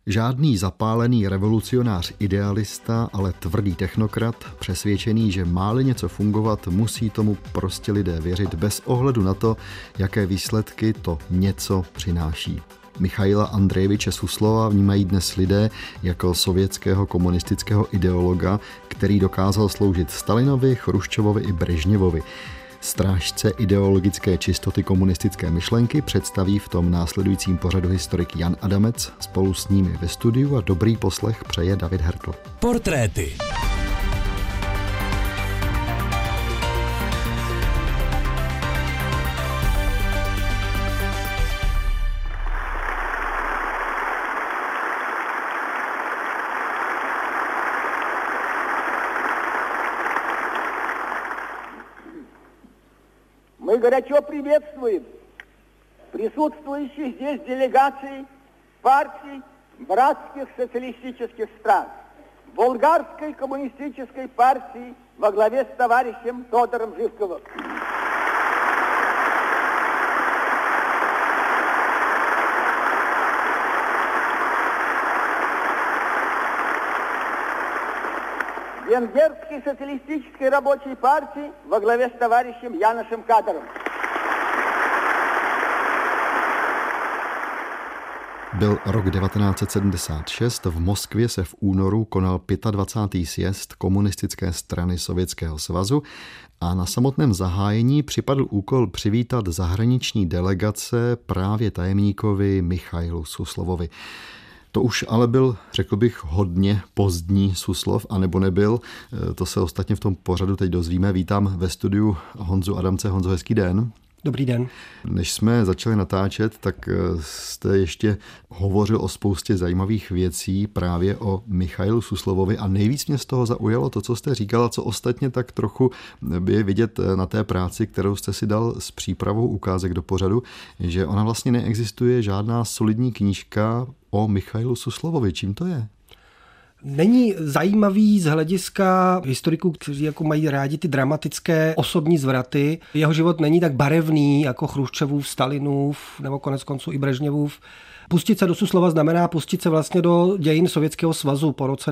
Žádný zapálený revolucionář idealista, ale tvrdý technokrat, přesvědčený, že má-li něco fungovat, musí tomu prostě lidé věřit bez ohledu na to, jaké výsledky to něco přináší. Michaila Andrejeviče Suslova vnímají dnes lidé jako sovětského komunistického ideologa, který dokázal sloužit Stalinovi, Chruščovovi i Brežněvovi. Strážce ideologické čistoty komunistické myšlenky představí v tom následujícím pořadu historik Jan Adamec, spolu s nimi ve studiu a dobrý poslech přeje David Hertl. Portréty. Мы горячо приветствуем присутствующих здесь делегаций партий братских социалистических стран, Болгарской коммунистической партии во главе с товарищем Тодором Живковым. Венгерской социалистической рабочей партии во главе с товарищем Яношем Кадыром. Byl rok 1976, v Moskvě se v únoru konal 25. sjezd komunistické strany Sovětského svazu a na samotném zahájení připadl úkol přivítat zahraniční delegace právě tajemníkovi Michailu Suslovovi. To už ale byl, řekl bych, hodně pozdní Suslov, anebo nebyl. To se ostatně v tom pořadu teď dozvíme. Vítám ve studiu Honzu Adamce. Honzo, hezký den. Dobrý den. Než jsme začali natáčet, tak jste ještě hovořil o spoustě zajímavých věcí právě o Michailu Suslovovi a nejvíc mě z toho zaujalo to, co jste říkal a co ostatně tak trochu je vidět na té práci, kterou jste si dal s přípravou ukázek do pořadu, že ona vlastně neexistuje žádná solidní knížka o Michailu Suslovovi. Čím to je? Není zajímavý z hlediska historiků, kteří jako mají rádi ty dramatické osobní zvraty. Jeho život není tak barevný jako Chruščovův, Stalinův nebo konec konců i Brežněvův. Pustit se do Suslova znamená pustit se vlastně do dějin Sovětského svazu po roce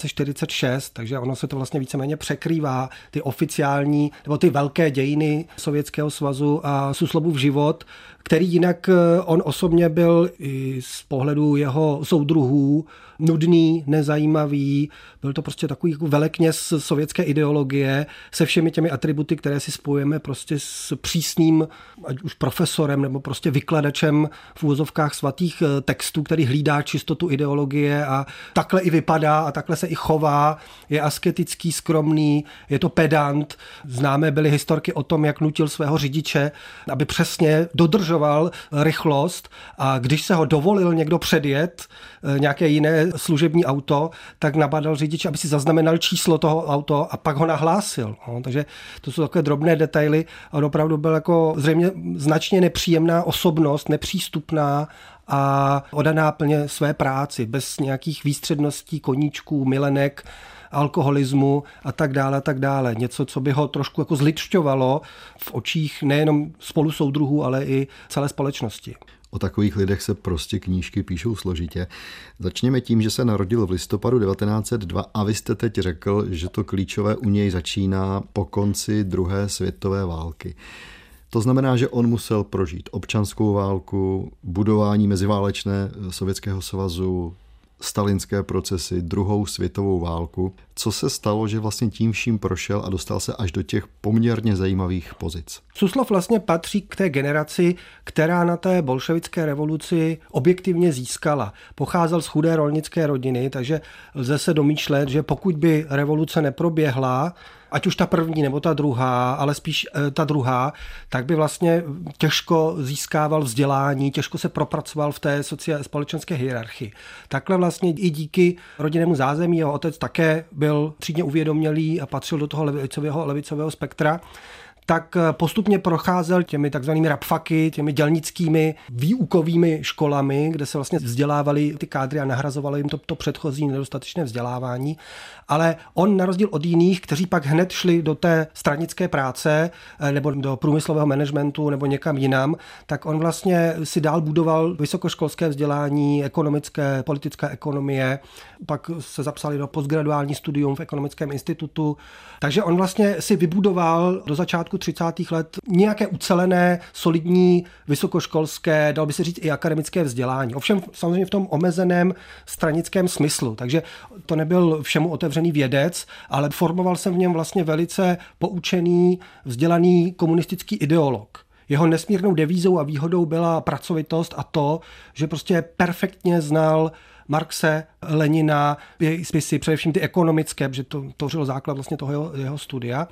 1946, takže ono se to vlastně víceméně překrývá, ty oficiální nebo ty velké dějiny Sovětského svazu a Suslovův život, který jinak on osobně byl i z pohledu jeho soudruhů nudný, nezajímavý, byl to prostě takový jako velekněz sovětské ideologie se všemi těmi atributy, které si spojujeme prostě s přísným, ať už profesorem nebo prostě vykladačem v úvozovkách svatých textů, který hlídá čistotu ideologie a takhle i vypadá a takhle se i chová, je asketický, skromný, je to pedant. Známé byly historky o tom, jak nutil svého řidiče, aby přesně dodržoval rychlost a když se ho dovolil někdo předjet, nějaké jiné služební auto, tak nabádal řidiče, aby si zaznamenal číslo toho auto a pak ho nahlásil. No, takže to jsou takové drobné detaily a on opravdu byl jako zřejmě značně nepříjemná osobnost, nepřístupná a oddaná plně své práci, bez nějakých výstředností, koníčků, milenek, alkoholismu a tak dále a tak dále. Něco, co by ho trošku jako zlidšťovalo v očích nejenom spolu soudruhů, ale i celé společnosti. O takových lidech se prostě knížky píšou složitě. Začněme tím, že se narodil v listopadu 1902 a vy jste teď řekl, že to klíčové u něj začíná po konci druhé světové války. To znamená, že on musel prožít občanskou válku, budování meziválečné Sovětského svazu, stalinské procesy, druhou světovou válku. Co se stalo, že vlastně tím vším prošel a dostal se až do těch poměrně zajímavých pozic? Suslov vlastně patří k té generaci, která na té bolševické revoluci objektivně získala. Pocházel z chudé rolnické rodiny, takže lze se domýšlet, že pokud by revoluce neproběhla, ať už ta první nebo ta druhá, ale spíš ta druhá, tak by vlastně těžko získával vzdělání, těžko se propracoval v té společenské hierarchii. Takhle vlastně i díky rodinnému zázemí jeho otec také byl třídně uvědomělý a patřil do toho levicového spektra, tak postupně procházel těmi takzvanými rabfaky, těmi dělnickými výukovými školami, kde se vlastně vzdělávali ty kádry a nahrazovalo jim to předchozí nedostatečné vzdělávání. Ale on na rozdíl od jiných, kteří pak hned šli do té stranické práce nebo do průmyslového managementu nebo někam jinam, tak on vlastně si dál budoval vysokoškolské vzdělání, ekonomické, politické ekonomie, pak se zapsali do postgraduální studium v ekonomickém institutu. Takže on vlastně si vybudoval do začátku 30. let nějaké ucelené, solidní, vysokoškolské, dal by se říct i akademické vzdělání. Ovšem samozřejmě v tom omezeném stranickém smyslu. Takže to nebyl všemu otevřený vědec, ale formoval se v něm vlastně velice poučený, vzdělaný komunistický ideolog. Jeho nesmírnou devízou a výhodou byla pracovitost a to, že prostě perfektně znal Marxe, Lenina, jejich spisy, především ty ekonomické, protože to tvořilo základ vlastně toho jeho studia.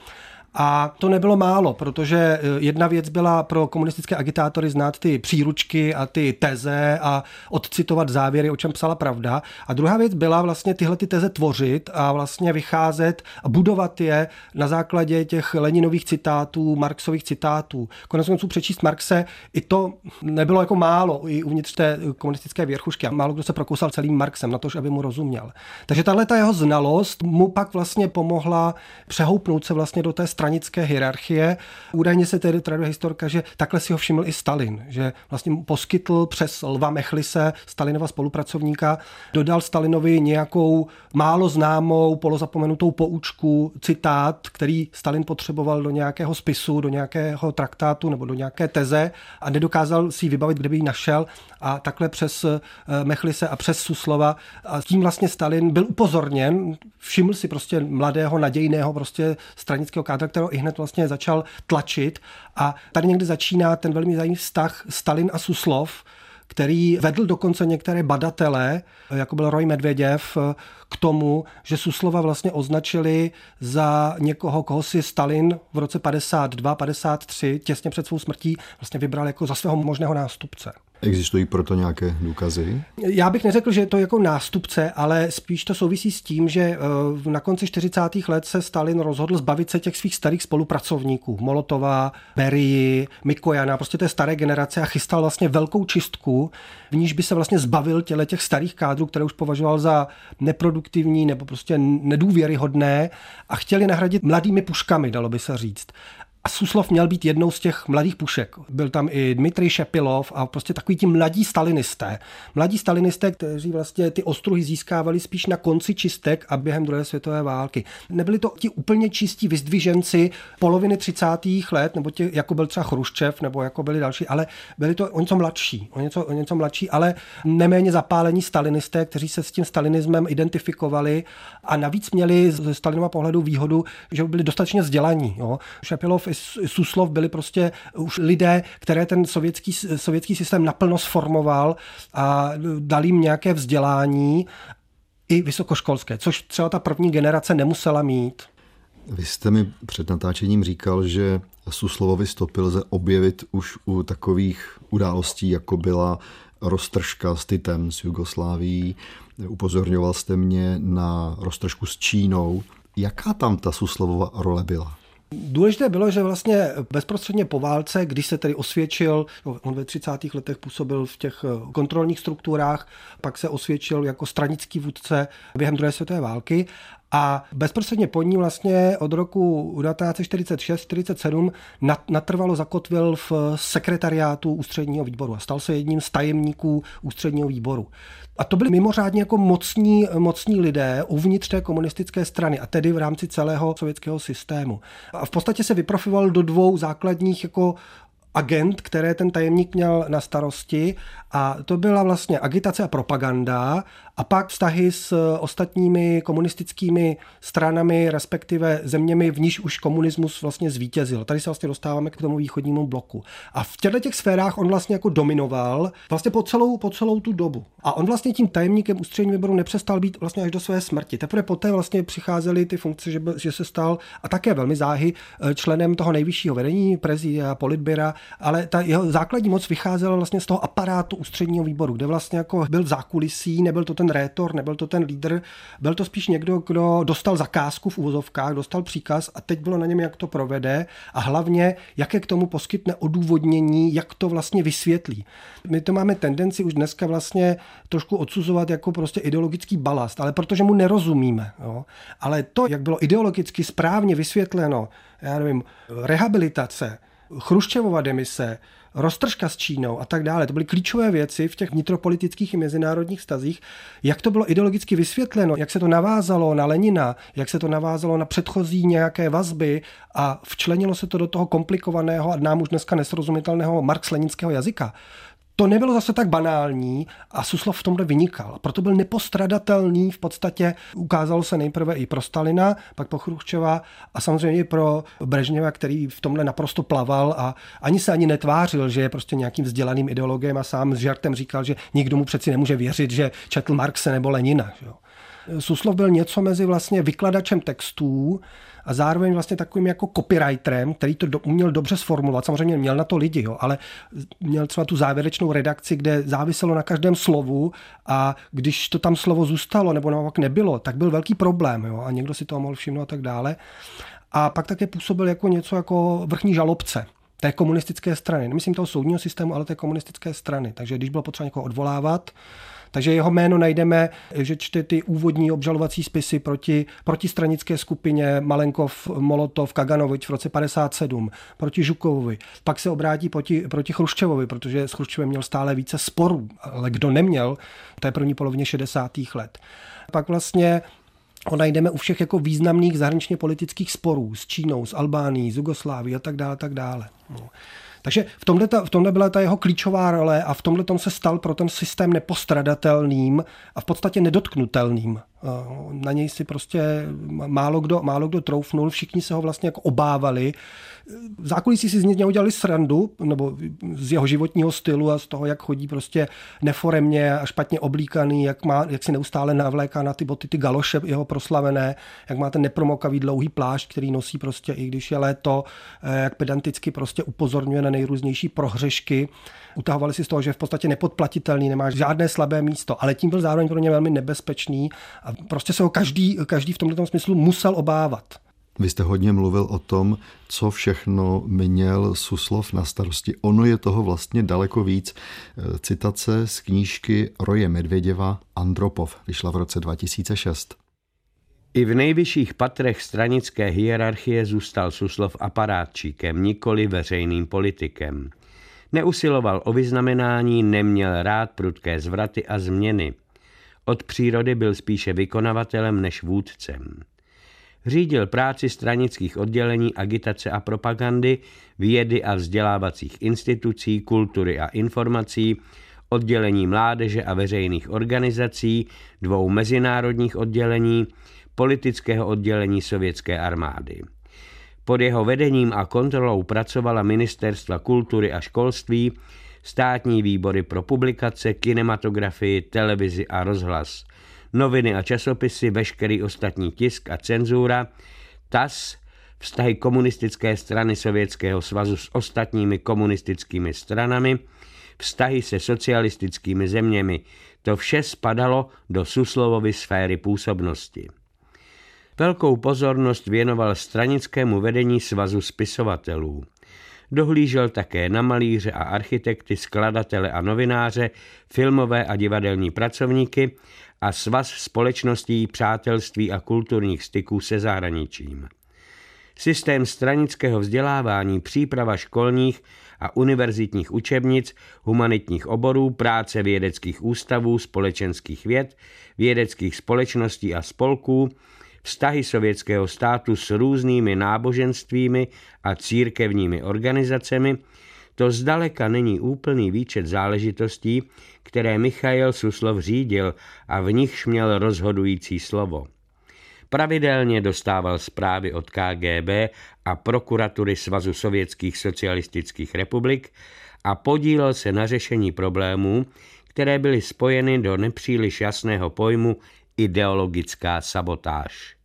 A to nebylo málo, protože jedna věc byla pro komunistické agitátory znát ty příručky a ty teze a odcitovat závěry, o čem psala Pravda. A druhá věc byla vlastně tyhle ty teze tvořit a vlastně vycházet a budovat je na základě těch Leninových citátů, Marxových citátů. Koneckonců přečíst Marxe, i to nebylo jako málo i uvnitř té komunistické věrchušky. A málo kdo se prokousal celým Marxem na to, aby mu rozuměl. Takže tahle jeho znalost mu pak vlastně pomohla přehoupnout se vlastně do té stranické hierarchie. Údajně se tedy traduje historka, že takhle si ho všiml i Stalin, že vlastně mu poskytl přes Lva Mechlise, Stalinova spolupracovníka, dodal Stalinovi nějakou málo známou, polozapomenutou poučku, citát, který Stalin potřeboval do nějakého spisu, do nějakého traktátu nebo do nějaké teze a nedokázal si ji vybavit, kde by ji našel, a takhle přes Mechlise a přes Suslova. A tím vlastně Stalin byl upozorněn, všiml si prostě mladého, nadějného prostě stranického kádra, kterého i hned vlastně začal tlačit. A tady někdy začíná ten velmi zajímavý vztah Stalin a Suslov, který vedl dokonce některé badatele, jako byl Roy Medveděv, k tomu, že Suslova vlastně označili za někoho, koho si Stalin v roce 52-53, těsně před svou smrtí, vlastně vybral jako za svého možného nástupce. Existují proto nějaké důkazy? Já bych neřekl, že je to jako nástupce, ale spíš to souvisí s tím, že na konci 40. let se Stalin rozhodl zbavit se těch svých starých spolupracovníků. Molotova, Berii, Mikojana, prostě té staré generace, a chystal vlastně velkou čistku, v níž by se vlastně zbavil těch starých kádrů, které už považoval za neproduktivní nebo prostě nedůvěryhodné, a chtěli nahradit mladými puškami, dalo by se říct. A Suslov měl být jednou z těch mladých pušek. Byl tam i Dmitrij Šepilov a prostě takový ti mladí stalinisté. Mladí stalinisté, kteří vlastně ty ostruhy získávali spíš na konci čistek a během druhé světové války. Nebyli to ti úplně čistí vyzdviženci poloviny 30. let, nebo ti, jako byl třeba Chruščev, nebo jako byli další, ale byli to o něco mladší, ale neméně zapálení stalinisté, kteří se s tím stalinismem identifikovali a navíc měli ze Stalinova pohledu výhodu, že byli dostatečně vzdělaní. Jo. Šepilov Suslov byli prostě už lidé, které ten sovětský systém naplno sformoval a dal jim nějaké vzdělání i vysokoškolské, což třeba ta první generace nemusela mít. Vy jste mi před natáčením říkal, že Suslovovi stopy lze objevit už u takových událostí, jako byla roztržka s Titem, s Jugoslávií. Upozorňoval jste mě na roztržku s Čínou. Jaká tam ta Suslovova role byla? Důležité bylo, že vlastně bezprostředně po válce, když se tedy osvědčil, on ve 30. letech působil v těch kontrolních strukturách, pak se osvědčil jako stranický vůdce během druhé světové války, a bezprostředně po ní vlastně od roku 1946-47 natrvalo zakotvil v sekretariátu ústředního výboru a stal se jedním z tajemníků ústředního výboru. A to byli mimořádně jako mocní lidé uvnitř té komunistické strany a tedy v rámci celého sovětského systému. A v podstatě se vyprofiloval do dvou základních jako agent, které ten tajemník měl na starosti, a to byla vlastně agitace a propaganda a pak vztahy s ostatními komunistickými stranami, respektive zeměmi, v níž už komunismus vlastně zvítězil. Tady se vlastně dostáváme k tomu východnímu bloku. A v těchto sférách on vlastně jako dominoval vlastně po celou tu dobu. A on vlastně tím tajemníkem ústředního výboru nepřestal být vlastně až do své smrti. Teprve poté vlastně přicházely ty funkce, že se stal, a také velmi záhy, členem toho nejvyššího vedení, prezidia, politbyra, ale ta jeho základní moc vycházela vlastně z toho aparátu ústředního výboru, kde vlastně jako byl v zákulisí, nebyl to ten ten rétor, nebyl to ten lídr, byl to spíš někdo, kdo dostal zakázku v uvozovkách, dostal příkaz a teď bylo na něm, jak to provede a hlavně, jaké k tomu poskytne odůvodnění, jak to vlastně vysvětlí. My to máme tendenci už dneska vlastně trošku odsuzovat jako prostě ideologický balast, ale protože mu nerozumíme. Jo. Ale to, jak bylo ideologicky správně vysvětleno, já nevím, rehabilitace, Chruščevova demise, roztržka s Čínou a tak dále. To byly klíčové věci v těch vnitropolitických i mezinárodních vztazích. Jak to bylo ideologicky vysvětleno, jak se to navázalo na Lenina, jak se to navázalo na předchozí nějaké vazby a včlenilo se to do toho komplikovaného a nám už dneska nesrozumitelného marx-leninského jazyka. To nebylo zase tak banální a Suslov v tomhle vynikal. Proto byl nepostradatelný, v podstatě ukázalo se nejprve i pro Stalina, pak pro Chruščeva a samozřejmě i pro Brežněva, který v tomhle naprosto plaval a ani netvářil, že je prostě nějakým vzdělaným ideologem a sám s žartem říkal, že nikdo mu přeci nemůže věřit, že četl Marxe nebo Lenina. Že? Suslov byl něco mezi vlastně vykladačem textů a zároveň vlastně takovým jako copywriterem, který to uměl dobře sformulovat. Samozřejmě měl na to lidi, jo, ale měl třeba tu závěrečnou redakci, kde záviselo na každém slovu a když to tam slovo zůstalo nebo naopak nebylo, tak byl velký problém, jo, a někdo si toho mohl všimnout a tak dále. A pak také působil jako něco jako vrchní žalobce té komunistické strany. Nemyslím toho soudního systému, ale té komunistické strany. Takže když bylo potřeba někoho odvolávat, takže jeho jméno najdeme, že čte ty úvodní obžalovací spisy proti stranické skupině Malenkov, Molotov, Kaganovič v roce 57, proti Žukovovi. Pak se obrátí proti Chruščevovi, protože s Chruščevem měl stále více sporů, ale kdo neměl v té první polovině 60. let. Pak vlastně ho najdeme u všech jako významných zahraničně politických sporů s Čínou, s Albánií, s Jugoslávií a tak dále. No. Takže v tomhle byla ta jeho klíčová role a v tomhle tom se stal pro ten systém nepostradatelným a v podstatě nedotknutelným. Na něj si prostě málo kdo troufnul, všichni se ho vlastně jako obávali. V zákulisí si z něj udělali srandu, nebo z jeho životního stylu a z toho, jak chodí prostě neforemně a špatně oblíkaný, jak si neustále navléká na ty boty, ty galoše jeho proslavené, jak má ten nepromokavý dlouhý plášť, který nosí prostě, i když je léto, jak pedanticky prostě upozorňuje na nejrůznější prohřešky. Utahovali si z toho, že je v podstatě nepodplatitelný, nemá žádné slabé místo, ale tím byl zároveň pro ně velmi nebezpečný a prostě se ho každý v tomto smyslu musel obávat. Vy jste hodně mluvil o tom, co všechno měl Suslov na starosti. Ono je toho vlastně daleko víc. Citace z knížky Roje Medvěděva Andropov vyšla v roce 2006. I v nejvyšších patrech stranické hierarchie zůstal Suslov aparátčíkem, nikoli veřejným politikem. Neusiloval o vyznamenání, neměl rád prudké zvraty a změny. Od přírody byl spíše vykonavatelem než vůdcem. Řídil práci stranických oddělení agitace a propagandy, vědy a vzdělávacích institucí, kultury a informací, oddělení mládeže a veřejných organizací, 2 mezinárodních oddělení, politického oddělení sovětské armády. Pod jeho vedením a kontrolou pracovala ministerstva kultury a školství, státní výbory pro publikace, kinematografii, televizi a rozhlas, noviny a časopisy, veškerý ostatní tisk a cenzura, TAS, vztahy komunistické strany Sovětského svazu s ostatními komunistickými stranami, vztahy se socialistickými zeměmi. To vše spadalo do Suslovovy sféry působnosti. Velkou pozornost věnoval stranickému vedení svazu spisovatelů. Dohlížel také na malíře a architekty, skladatele a novináře, filmové a divadelní pracovníky a svaz společností přátelství a kulturních styků se zahraničím. Systém stranického vzdělávání, příprava školních a univerzitních učebnic, humanitních oborů, práce vědeckých ústavů, společenských věd, vědeckých společností a spolků, vztahy sovětského státu s různými náboženstvími a církevními organizacemi, to zdaleka není úplný výčet záležitostí, které Michail Suslov řídil a v nichž měl rozhodující slovo. Pravidelně dostával zprávy od KGB a prokuratury Svazu sovětských socialistických republik a podílel se na řešení problémů, které byly spojeny do nepříliš jasného pojmu ideologická sabotáž.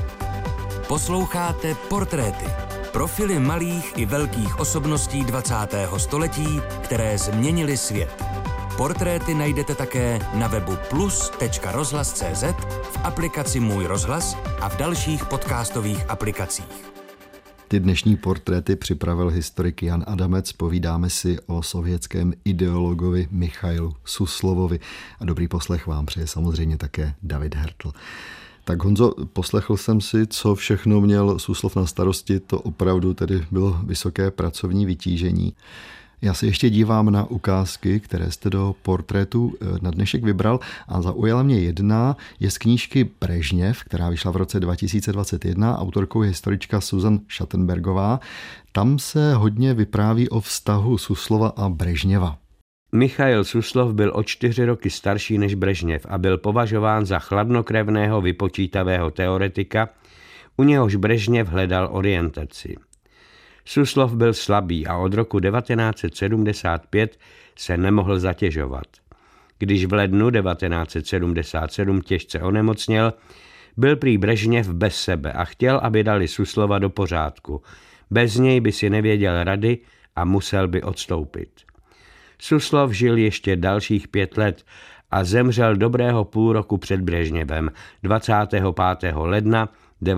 Posloucháte Portréty. Profily malých i velkých osobností 20. století, které změnily svět. Portréty najdete také na webu plus.rozhlas.cz, v aplikaci Můj rozhlas a v dalších podcastových aplikacích. Ty dnešní portréty připravil historik Jan Adamec. Povídáme si o sovětském ideologovi Michailu Suslovovi. A dobrý poslech vám přeje samozřejmě také David Hertl. Tak Honzo, poslechl jsem si, co všechno měl Suslov na starosti. To opravdu tedy bylo vysoké pracovní vytížení. Já se ještě dívám na ukázky, které jste do portrétu na dnešek vybral a zaujala mě jedna, je z knížky Brežněv, která vyšla v roce 2021, autorkou je historička Susan Schattenbergová. Tam se hodně vypráví o vztahu Suslova a Brežněva. Michail Suslov byl o 4 roky starší než Brežněv a byl považován za chladnokrevného vypočítavého teoretika, u něhož Brežněv hledal orientaci. Suslov byl slabý a od roku 1975 se nemohl zatěžovat. Když v lednu 1977 těžce onemocněl, byl prý Brežněv bez sebe a chtěl, aby dali Suslova do pořádku. Bez něj by si nevěděl rady a musel by odstoupit. Suslov žil ještě dalších 5 let a zemřel dobrého půl roku před Brežněvem 25. ledna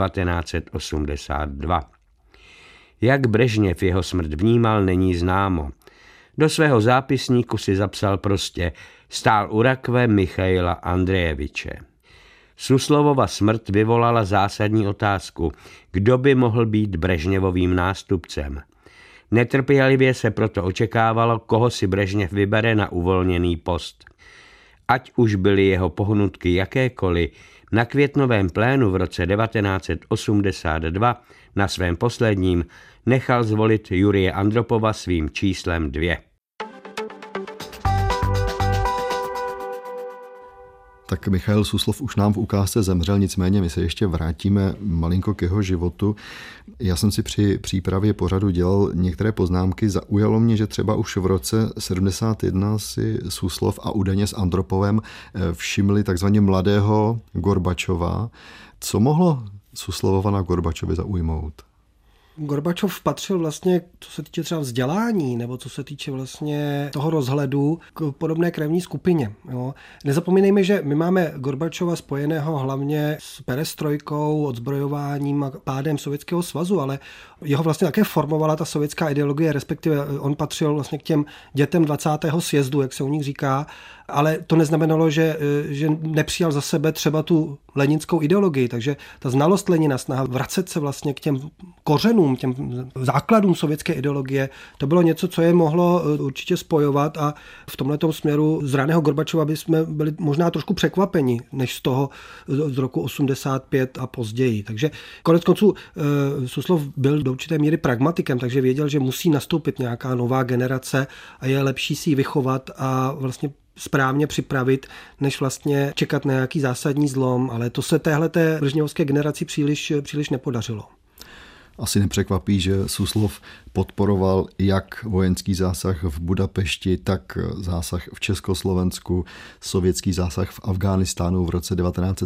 1982. Jak Brežněv jeho smrt vnímal, není známo. Do svého zápisníku si zapsal prostě: stál u rakve Michaila Andrejeviče. Suslovova smrt vyvolala zásadní otázku, kdo by mohl být Brežněvovým nástupcem. Netrpělivě se proto očekávalo, koho si Brežněv vybere na uvolněný post. Ať už byly jeho pohnutky jakékoliv, na květnovém plénu v roce 1982 na svém posledním nechal zvolit Jurije Andropova svým číslem 2. Tak Michail Suslov už nám v ukázce zemřel, nicméně my se ještě vrátíme malinko k jeho životu. Já jsem si při přípravě pořadu dělal některé poznámky. Zaujalo mě, že třeba už v roce 71 si Suslov a údajně s Andropovem všimli takzvaně mladého Gorbačova. Co mohlo Suslovova na Gorbačovi zaujmout? Gorbačov patřil vlastně, co se týče třeba vzdělání, nebo co se týče vlastně toho rozhledu, k podobné krevní skupině. Jo. Nezapomínejme, že my máme Gorbačova spojeného hlavně s perestrojkou, odzbrojováním a pádem Sovětského svazu, ale jeho vlastně také formovala ta sovětská ideologie, respektive on patřil vlastně k těm dětem 20. sjezdu, jak se u nich říká, ale to neznamenalo, že nepřijal za sebe třeba tu leninskou ideologii, takže ta znalost Lenina, snaha vracet se vlastně k těm kořenům, těm základům sovětské ideologie, to bylo něco, co je mohlo určitě spojovat a v tomhletom směru z raného Gorbačova bychom byli možná trošku překvapeni, než z toho z roku 85 a později. Takže koneckonců Suslov byl do určité míry pragmatikem, takže věděl, že musí nastoupit nějaká nová generace a je lepší si ji vychovat a vlastně správně připravit, než vlastně čekat na nějaký zásadní zlom, ale to se téhleté brežněvské generaci příliš nepodařilo. Asi nepřekvapí, že Suslov podporoval jak vojenský zásah v Budapešti, tak zásah v Československu, sovětský zásah v Afghánistánu v roce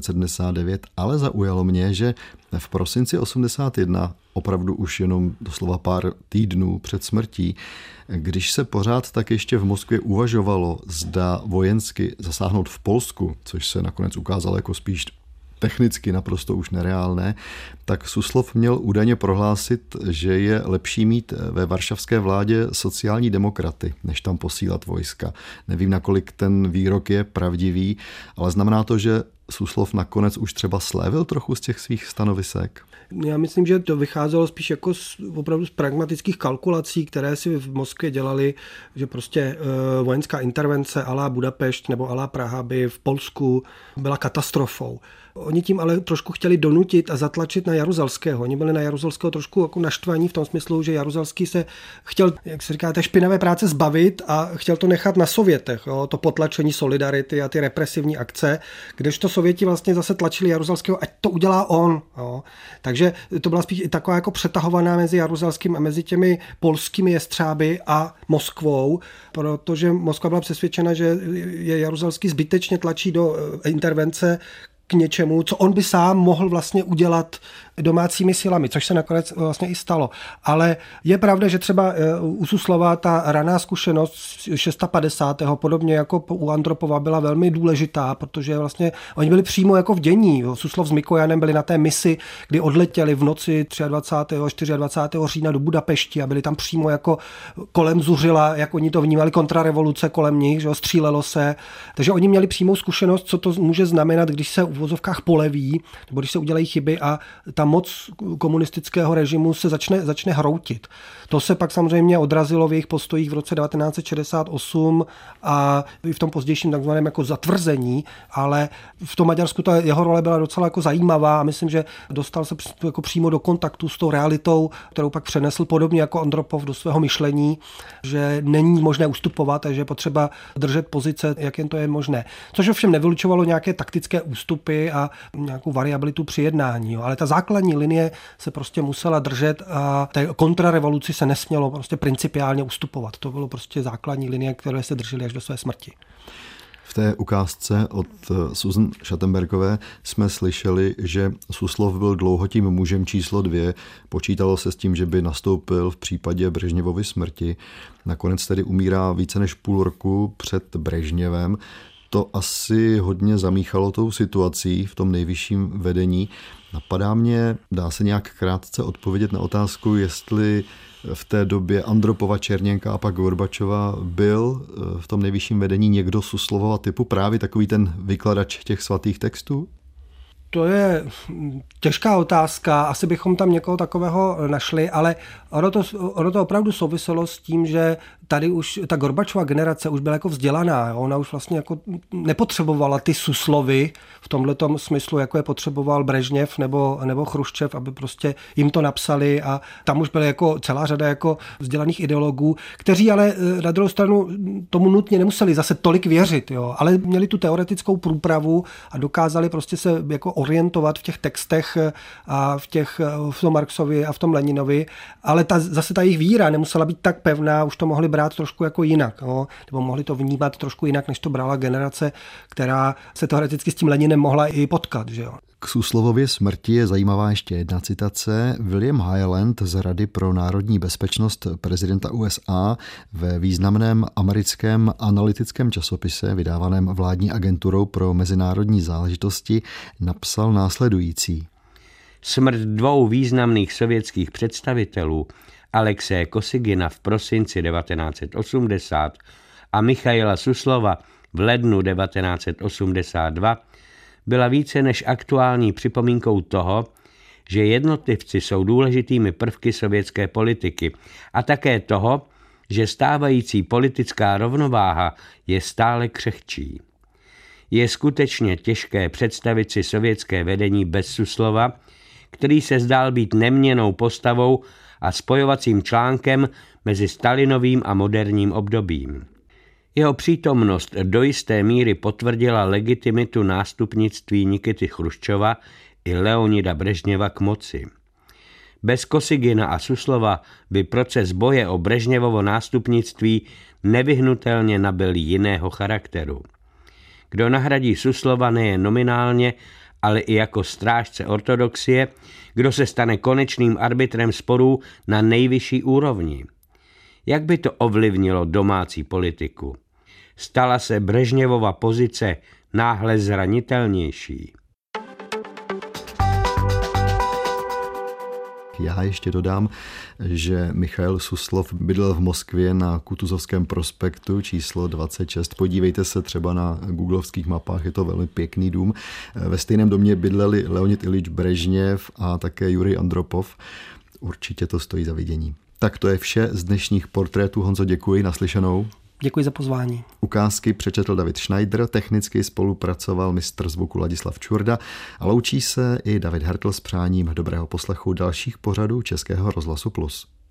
1979, ale zaujalo mě, že v prosinci 81, opravdu už jenom doslova pár týdnů před smrtí, když se pořád tak ještě v Moskvě uvažovalo, zda vojensky zasáhnout v Polsku, což se nakonec ukázalo jako spíš technicky naprosto už nereálné, tak Suslov měl údajně prohlásit, že je lepší mít ve varšavské vládě sociální demokraty, než tam posílat vojska. Nevím, nakolik ten výrok je pravdivý, ale znamená to, že Suslov nakonec už třeba slevil trochu z těch svých stanovisek? Já myslím, že to vycházelo spíš jako opravdu z pragmatických kalkulací, které si v Moskvě dělali, že prostě vojenská intervence à la Budapešť nebo à la Praha by v Polsku byla katastrofou. Oni tím ale trošku chtěli donutit a zatlačit na Jaruzelského. Oni byli na Jaruzelského trošku jako naštvaní v tom smyslu, že Jaruzelský se chtěl, jak se říká, té špinavé práce zbavit a chtěl to nechat na Sovětech, jo, to potlačení solidarity a ty represivní akce, kdežto Sověti vlastně zase tlačili Jaruzelského, ať to udělá on. Jo. Takže to byla spíš i taková jako přetahovaná mezi Jaruzelským a mezi těmi polskými jestřáby a Moskvou, protože Moskva byla přesvědčena, že je Jaruzelský zbytečně tlačí do intervence, k něčemu, co on by sám mohl vlastně udělat domácími silami, což se nakonec vlastně i stalo. Ale je pravda, že třeba u Suslova ta raná zkušenost 650. podobně jako u Andropova byla velmi důležitá, protože vlastně oni byli přímo jako v dění. Suslov s Mikojanem byli na té misi, kdy odletěli v noci 23. 24. října do Budapešti a byli tam přímo jako kolem zuřila, jak oni to vnímali, kontrarevoluce kolem nich, že jo, střílelo se. Takže oni měli přímou zkušenost, co to může znamenat, když se v uvozovkách poleví, nebo když se udělají chyby a ta moc komunistického režimu se začne hroutit. To se pak samozřejmě odrazilo v jejich postojích v roce 1968 a i v tom pozdějším takzvaném jako zatvrzení, ale v tom Maďarsku ta jeho role byla docela jako zajímavá a myslím, že dostal se jako přímo do kontaktu s tou realitou, kterou pak přenesl podobně jako Andropov do svého myšlení, že není možné ustupovat a že je potřeba držet pozice, jak jen to je možné. Což ovšem nevylučovalo nějaké taktické ústupy a nějakou variabilitu při jednání, ale ta základní linie se prostě musela držet a té kontrarevoluci se nesmělo prostě principiálně ustupovat. To bylo prostě základní linie, které se držely až do své smrti. V té ukázce od Susan Schattenbergové jsme slyšeli, že Suslov byl dlouhotým mužem číslo 2. Počítalo se s tím, že by nastoupil v případě Brežněvovy smrti. Nakonec tedy umírá více než půl roku před Brežněvem. To asi hodně zamíchalo tou situací v tom nejvyšším vedení. Napadá mě, dá se nějak krátce odpovědět na otázku, jestli v té době Andropova, Černěnka a pak Gorbačova byl v tom nejvyšším vedení někdo Suslovova typu, právě takový ten vykladač těch svatých textů? To je těžká otázka, asi bychom tam někoho takového našli, ale ono to opravdu souviselo s tím, že tady už ta Gorbačova generace už byla jako vzdělaná, jo? Ona už vlastně jako nepotřebovala ty Suslovy v tomhletom smyslu, jako je potřeboval Brežněv nebo Chruščev, aby prostě jim to napsali a tam už byly jako celá řada jako vzdělaných ideologů, kteří ale na druhou stranu tomu nutně nemuseli zase tolik věřit, jo? Ale měli tu teoretickou průpravu a dokázali prostě se jako orientovat v těch textech a v tom Marxovi a v tom Leninovi, ale zase ta jejich víra nemusela být tak pevná, už to mohli brát trošku jako jinak, no? Nebo mohli to vnímat trošku jinak, než to brala generace, která se teoreticky s tím Leninem mohla i potkat, že jo. K Suslovově smrti je zajímavá ještě jedna citace. William Hyland z Rady pro národní bezpečnost prezidenta USA ve významném americkém analytickém časopise vydávaném vládní agenturou pro mezinárodní záležitosti napsal následující. Smrt dvou významných sovětských představitelů, Alexeje Kosygina v prosinci 1980 a Michaila Suslova v lednu 1982, byla více než aktuální připomínkou toho, že jednotlivci jsou důležitými prvky sovětské politiky a také toho, že stávající politická rovnováha je stále křehčí. Je skutečně těžké představit si sovětské vedení bez Suslova, který se zdál být neměnnou postavou a spojovacím článkem mezi Stalinovým a moderním obdobím. Jeho přítomnost do jisté míry potvrdila legitimitu nástupnictví Nikity Chruščova i Leonida Brežněva k moci. Bez Kosygina a Suslova by proces boje o Brežněvovo nástupnictví nevyhnutelně nabyl jiného charakteru. Kdo nahradí Suslova nejen nominálně, ale i jako strážce ortodoxie, kdo se stane konečným arbitrem sporů na nejvyšší úrovni. Jak by to ovlivnilo domácí politiku? Stala se Brežněvova pozice náhle zranitelnější. Já ještě dodám, že Michail Suslov bydlel v Moskvě na Kutuzovském prospektu číslo 26. Podívejte se třeba na googlovských mapách, je to velmi pěkný dům. Ve stejném domě bydleli Leonid Ilič Brežněv a také Jurij Andropov. Určitě to stojí za vidění. Tak to je vše z dnešních portrétů. Honzo, děkuji, naslyšenou. Děkuji za pozvání. Ukázky přečetl David Schneider, technicky spolupracoval mistr zvuku Ladislav Čurda a loučí se i David Hertl s přáním dobrého poslechu dalších pořadů Českého rozhlasu Plus.